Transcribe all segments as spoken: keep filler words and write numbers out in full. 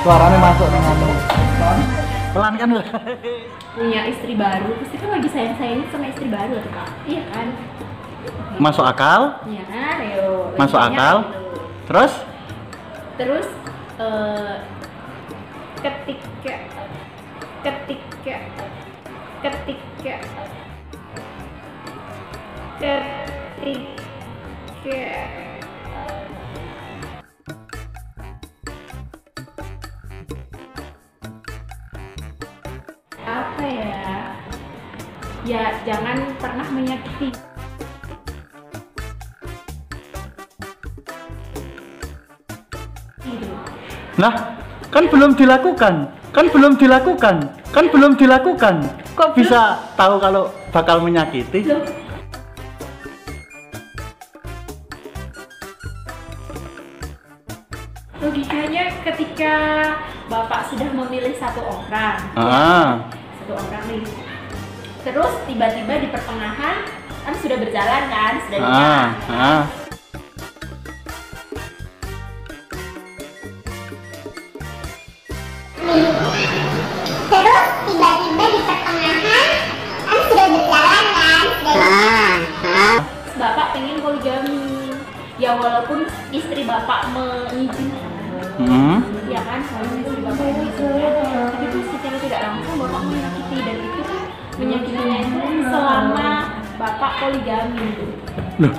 Suaranya masuk nih ngomong. Pelan kan? Punya istri baru, pasti kan lagi sayang-sayangnya sama istri baru tuh Kak. Iya kan? Masuk akal? Iya kan, ayo. Masuk Logikanya akal? gitu. Terus? Terus eh, ketika ketika ketika ketika apa ya? Ya jangan pernah menyakiti. Gitu. Nah, kan belum dilakukan, kan belum dilakukan, kan belum dilakukan. Kok bisa tahu kalau bakal menyakiti? Loh, logikanya ketika Bapak sudah memilih satu orang, Ah, satu orang nih, terus tiba-tiba di pertengahan kan sudah berjalan kan, sudah nikah. ah, ah. Terus tiba-tiba di pertengahan kan sudah berjalan kan sudah Bapak pengen poligami, ya walaupun istri Bapak mengizinkan, Hmm. ya kan, walaupun istri Bapak mengizinkan, tapi itu secara tidak langsung Bapak menyakiti, dan itu kan menyakitinya itu selama Bapak poligami. Loh,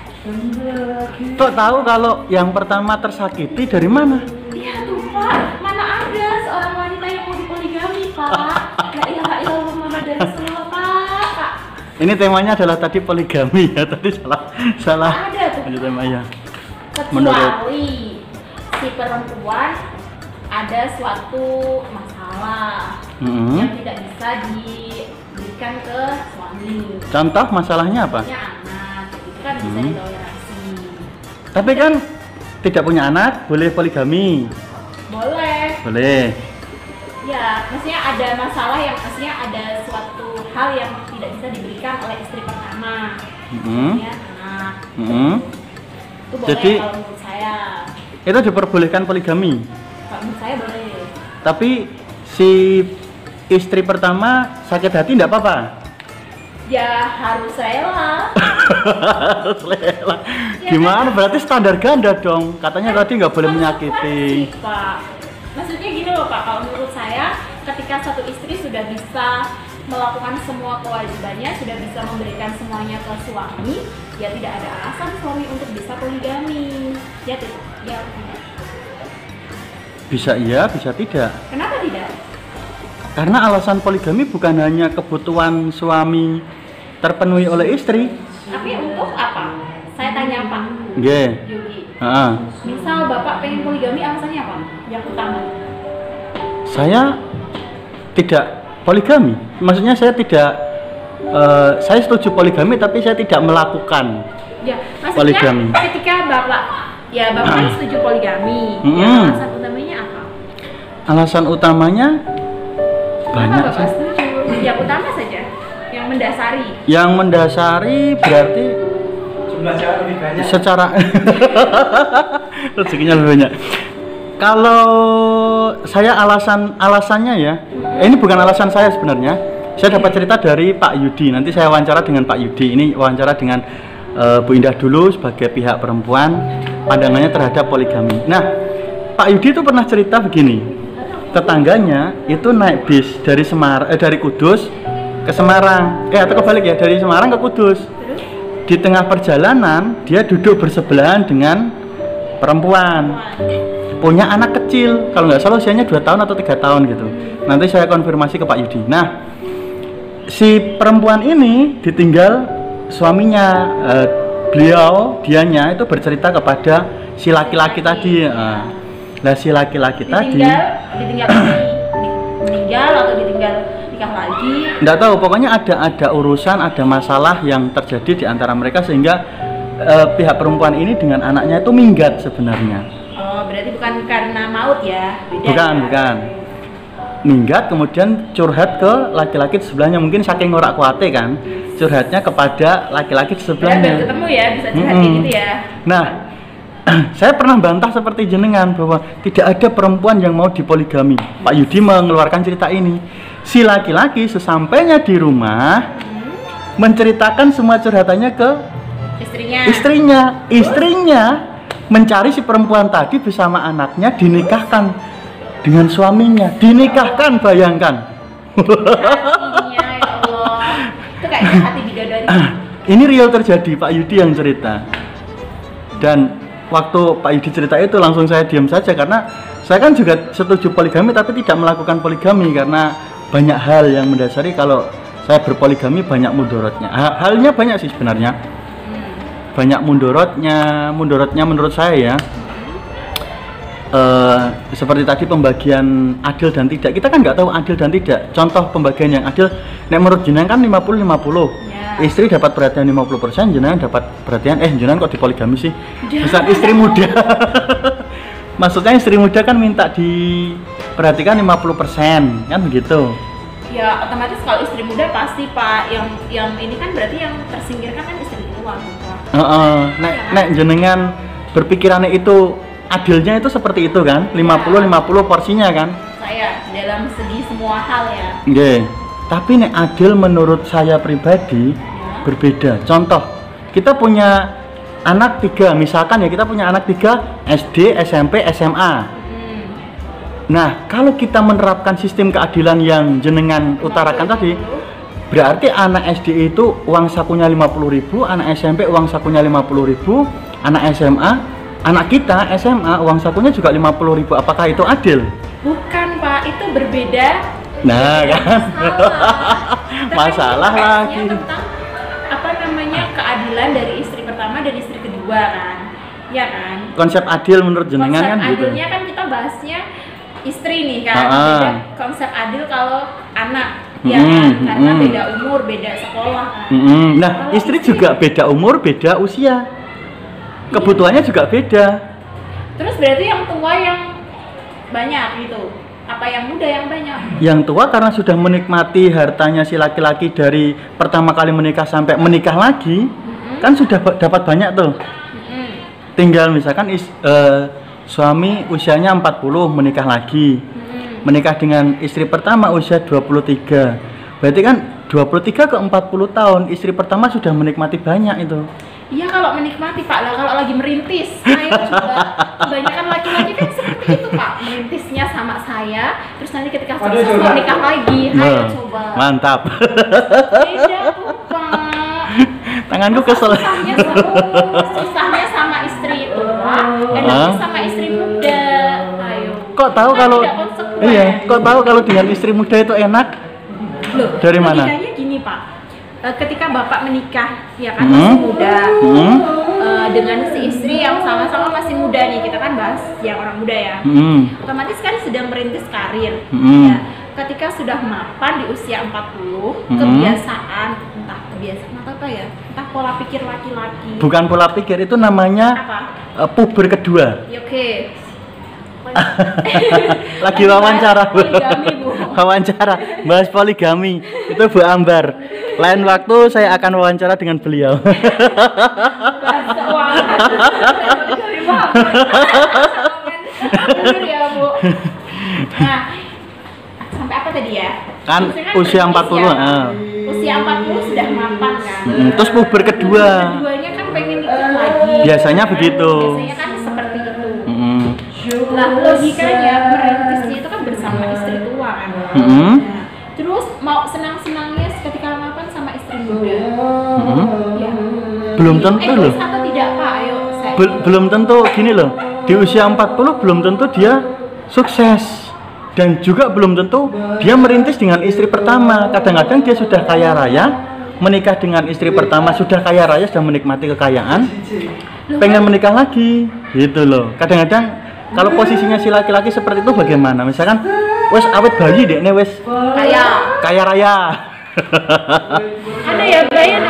kok tahu kalau yang pertama tersakiti dari mana? Iya tuh Pak, mana ada seorang wanita yang mau dipoligami Pak? La ilaha illallah Muhammadur Rasulullah Pak. Pak. Ini temanya adalah tadi poligami ya, tadi salah salah. Ada tuh. Ini temanya. Kecuali Menurut- si perempuan ada suatu masalah Hmm. yang tidak bisa diberikan ke suami. Contoh masalahnya apa? Punya anak, itu kan bisa Hmm. ditoleransi. Tapi kan tidak punya anak, boleh poligami. Boleh. Boleh. Ya, maksudnya ada masalah yang maksudnya ada suatu hal yang tidak bisa diberikan oleh istri pertama. Hmm. Ya, anak. Hmm. Itu boleh Jadi- kalau menurut saya. Itu diperbolehkan poligami. Kalau menurut saya boleh. Tapi si istri pertama sakit hati enggak apa-apa. Ya harus rela. Selera. Ya Gimana? kan? Berarti standar ganda dong. Katanya tadi nggak boleh menyakiti. Konsekuensi, Pak. Maksudnya gini loh Pak, kalau menurut saya ketika satu istri sudah bisa melakukan semua kewajibannya, sudah bisa memberikan semuanya ke suami, ya tidak ada alasan suami untuk bisa poligami. Ya tidak. Ya tidak. Bisa iya, bisa tidak. Kenapa tidak? Karena alasan poligami bukan hanya kebutuhan suami terpenuhi oleh istri. Tapi untuk apa? Saya tanya Pak Nggih. Yogi. Heeh. Misal Bapak pengen poligami, alasannya apa? Yang utama. Saya tidak poligami. Maksudnya saya tidak eh, saya setuju poligami tapi saya tidak melakukan. Ya, maksudnya Poligami. ketika Bapak ya Bapak kan setuju poligami. Ya, Mm-mm. alasan utamanya apa? Alasan utamanya Kenapa banyak Bapak sih. setuju? Yang utama saja, yang mendasari. Yang mendasari berarti Jumlah cewek lebih banyak. secara rezekinya lebih banyak. Kalau saya alasan alasannya ya, eh, ini bukan alasan saya sebenarnya. Saya dapat cerita dari Pak Yudi. Nanti saya wawancara dengan Pak Yudi. Ini wawancara dengan eh, Bu Indah dulu sebagai pihak perempuan, pandangannya terhadap poligami. Nah, Pak Yudi itu pernah cerita begini. Tetangganya itu naik bis dari Semar eh, dari Kudus ke Semarang. Eh atau kebalik ya, dari Semarang ke Kudus. Terus Di tengah perjalanan dia duduk bersebelahan dengan perempuan, punya anak kecil, kalau nggak salah usianya dua tahun atau tiga tahun gitu. Nanti saya konfirmasi ke Pak Yudi. Nah, si perempuan ini ditinggal suaminya, eh, beliau dianya itu bercerita kepada si laki-laki tadi. Eh, Lah si laki-laki tadi ditinggal, ditinggal ini meninggal atau ditinggal nikah lagi. nggak tahu, pokoknya ada ada urusan, ada masalah yang terjadi di antara mereka sehingga eh, pihak perempuan ini dengan anaknya itu minggat sebenarnya. Oh, berarti bukan karena maut ya? Beda. Bukan, ya? bukan. Minggat kemudian curhat ke laki-laki di sebelahnya, mungkin saking ngorak kuate kan, curhatnya kepada laki-laki di Berarti sebelahnya. baru ketemu ya, bisa curhat Mm-mm. kayak gitu ya. Nah, saya pernah bantah seperti jenengan bahwa tidak ada perempuan yang mau dipoligami. Pak Yudi mengeluarkan cerita ini. Si laki-laki sesampainya di rumah menceritakan semua curhatannya ke Istrinya. istrinya. Istrinya mencari si perempuan tadi bersama anaknya, dinikahkan dengan suaminya. Dinikahkan, bayangkan. Hatinya, ya Allah. Itu kayak hati bidadari. Ini real terjadi, Pak Yudi yang cerita. Dan waktu Pak Yudi cerita itu langsung saya diam saja, karena saya kan juga setuju poligami tapi tidak melakukan poligami karena banyak hal yang mendasari kalau saya berpoligami banyak mudorotnya. Ha- halnya banyak sih sebenarnya. Banyak mudorotnya, mudorotnya menurut saya ya. Uh, seperti tadi pembagian adil dan tidak, kita kan nggak tahu adil dan tidak. Contoh pembagian yang adil, nek menurut jenengan kan lima puluh lima puluh. Ya. Istri dapat perhatian lima puluh persen, jenengan dapat perhatian, eh jenengan kok dipoligami sih? Misal istri muda. Maksudnya istri muda kan minta diperhatikan lima puluh persen, kan begitu. Ya otomatis kalau istri muda pasti Pak, yang yang ini kan berarti yang tersingkirkan kan istri tua. Heeh, uh, uh, nek nek jenengan berpikirannya itu adilnya itu seperti itu kan, lima puluh lima puluh porsinya kan. Saya dalam segi semua hal ya. Nggih. Tapi nek adil menurut saya pribadi Ya. berbeda. Contoh, kita punya anak tiga, misalkan ya kita punya anak tiga S D, S M P, S M A. Hmm. Nah, kalau kita menerapkan sistem keadilan yang jenengan utarakan tadi, berarti anak S D itu uang sakunya lima puluh ribu, anak S M P uang sakunya lima puluh ribu, anak S M A, anak kita S M A uang sakunya juga lima puluh ribu. Apakah itu adil? Bukan Pak, itu berbeda. Nah, kan? Masalah lagi. Tentang apa namanya keadilan dari istri pertama dan istri kedua kan, ya kan? Konsep adil menurut jenengan Konsep kan gitu. adilnya kan kita bahasnya istri nih kan, Ah, ah. beda konsep adil kalau anak, ya Mm-mm, kan? Karena mm-mm. beda umur, beda sekolah kan. Mm-mm. Nah, Kalau istri istri- juga beda umur, beda usia. Kebutuhannya juga beda. Terus berarti yang tua yang banyak gitu, apa yang muda yang banyak? Yang tua karena sudah menikmati hartanya si laki-laki dari pertama kali menikah sampai menikah lagi, Mm-mm. kan sudah ba- dapat banyak tuh. Mm-mm. Tinggal misalkan is, eh, suami usianya empat puluh menikah lagi. Mm-mm. Menikah dengan istri pertama usia dua puluh tiga. Berarti kan dua puluh tiga ke empat puluh tahun istri pertama sudah menikmati banyak itu. Iya kalau menikmati Pak, lah kalau lagi merintis, saya coba kebanyakan laki-laki kan seperti itu Pak, merintisnya sama saya, terus nanti ketika Waduh, sukses coba. mau nikah lagi, ayo Nah, coba. mantap. Beda tuh Pak. Tanganku Masa kesel. Susahnya sama, susahnya sama istri itu Pak, enaknya Hah? sama istri muda. Ayo. Kok tahu Kan kalau tidak konsekuen. iya, kok tahu kalau dengan istri muda itu enak? Loh, Dari mana? logikanya gini Pak, Eh, ketika bapak menikah, ya kan Hmm. masih muda, Hmm. eh, dengan si istri yang sama-sama masih muda nih, kita kan bahas yang orang muda ya. Hmm. Otomatis kan sedang merintis karir. Hmm. Ya, ketika sudah mapan di usia empat puluh, Hmm. kebiasaan, entah kebiasaan atau apa ya, entah pola pikir laki-laki. Bukan pola pikir, itu namanya Apa? uh, puber kedua. Ya, oke. Lagi wawancara, Bu. Poligami, Bu. Wawancara bahas poligami. Itu Bu Ambar. Lain waktu saya akan wawancara dengan beliau. Bahas keuangan. Poligami banget. Bener ya, Bu. Nah, sampai apa tadi ya? Kan Maksudnya usia empat puluh, usia, ah. usia empat puluh sudah mapan kan. Mm, terus puber kedua. Keduanya kan pengen ikut lagi. Biasanya begitu. Biasanya kan seperti itu. Mm-mm. Nah, logikanya merintisnya itu kan bersama istri tua kan. Mm-mm. Nah, terus mau senang-senangnya ketika mapan sama istri muda. Mm-mm. Ya. Belum tentu loh. Egois atau tidak Pak? Ayo saya. Bel- belum tentu gini loh. Di usia empat puluh belum tentu dia sukses. Dan juga belum tentu dia merintis dengan istri pertama. Kadang-kadang dia sudah kaya raya, menikah dengan istri pertama, sudah kaya raya, sudah menikmati kekayaan, Loh, pengen kan? menikah lagi, gitu loh. Kadang-kadang kalau posisinya si laki-laki seperti itu bagaimana? Misalkan, wes awet bayi deh, wes Kayak kaya raya. ada ya bayar.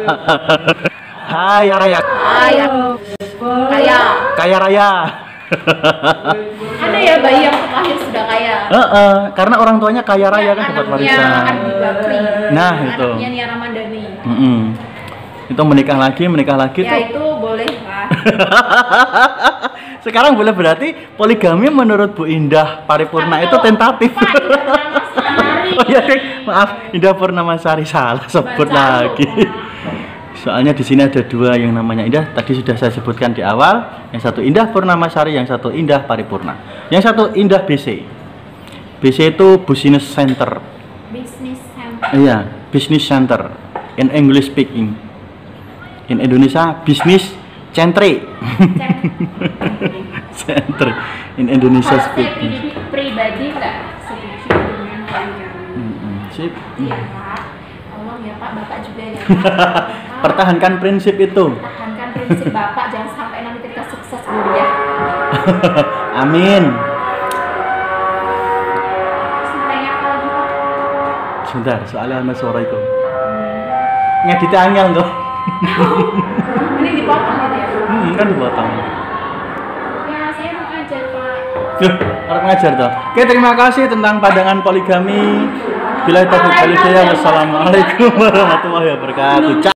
Hai raya, Kayak kayak kaya raya. ada ya bayi yang lahir sudah kaya. Heeh, karena orang tuanya kaya raya kan dapat Anaknya warisan. Ardi Bakri. Nah, itu. Anaknya Nia Ramadhani. Mm-mm. Itu menikah lagi, menikah lagi Ya tuh itu boleh lah. Sekarang boleh berarti poligami menurut Bu Indah Paripurna Tapi itu kalau tentatif. Pak Indah Purnamasari, Oh iya, Dek. Maaf, Indah Purnamasari salah sebut Baca lagi. lu. Soalnya di sini ada dua yang namanya Indah. Tadi sudah saya sebutkan di awal. Yang satu Indah Purnamasari, yang satu Indah Paripurna. Yang satu Indah B C. B C itu Business Center. Business center. Iya, Business Center. In English speaking. In Indonesia, Business Centre. Center. In Indonesia Kalau saya speaking. pribadi, pribadi nggak setuju dengan poligami. Mm-mm, Sip. Iya Pak, tolong ya Pak, Bapak juga ya Pak. Pertahankan prinsip itu. Pertahankan prinsip Bapak, jangan sampai nanti ketika sukses kuliah. Amin. Sampai apa lagi Pak? Sebentar, soalnya ada suara itu. Ngedit angel tuh. Ini dipotong gitu ya? Hmm, kan dipotong. Ya, saya mau ajar Pak. Duh, orang ngajar tuh. Oke, terima kasih tentang pandangan poligami. Bila taufiq wal hidayah. Wassalamualaikum warahmatullahi wabarakatuh.